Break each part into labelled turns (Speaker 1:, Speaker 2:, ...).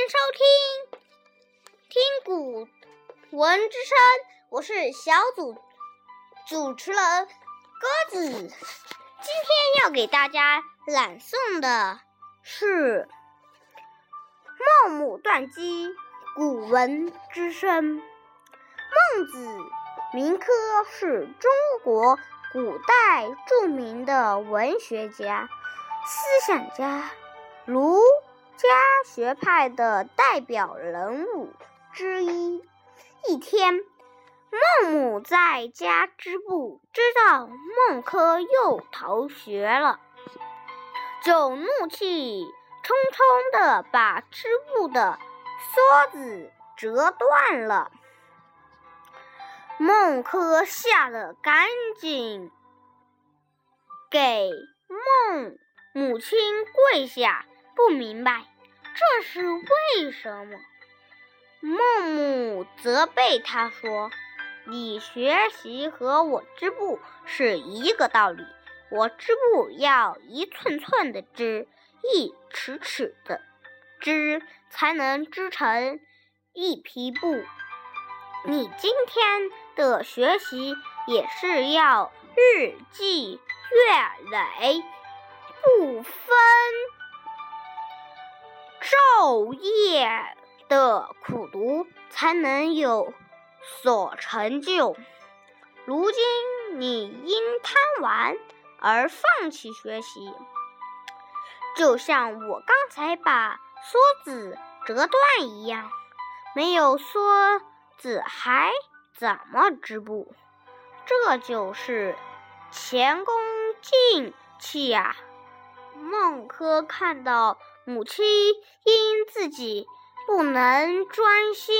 Speaker 1: 收听古文之声，我是小主持人鸽子。今天要给大家朗诵的是《孟母断机》古文之声。孟子名科，是中国古代著名的文学家、思想家，儒家学派的代表人物之一。一天，孟母在家织布，知道孟轲又逃学了，就怒气冲冲地把织布的梭子折断了。孟轲吓得赶紧给孟母亲跪下，不明白这是为什么。孟母责备他说：“你学习和我织布是一个道理，我织布要一寸寸的织，一尺尺的织，才能织成一匹布。你今天的学习也是要日积月累，不分昼夜的苦读，才能有所成就。如今你因贪玩而放弃学习，就像我刚才把梭子折断一样，没有梭子还怎么织布？这就是前功尽弃啊！”孟轲看到母亲因自己不能专心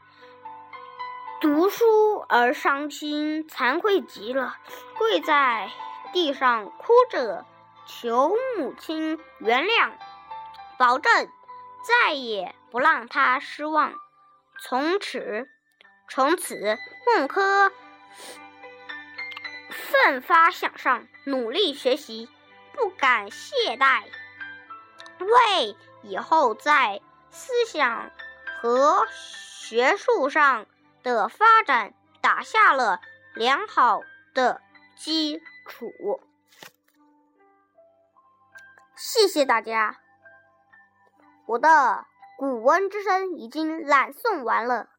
Speaker 1: 读书而伤心，惭愧极了，跪在地上哭着求母亲原谅，保证再也不让她失望。从此，孟轲奋发向上，努力学习，不敢懈怠，为以后在思想和学术上的发展打下了良好的基础。谢谢大家，我的古文之声已经朗诵完了。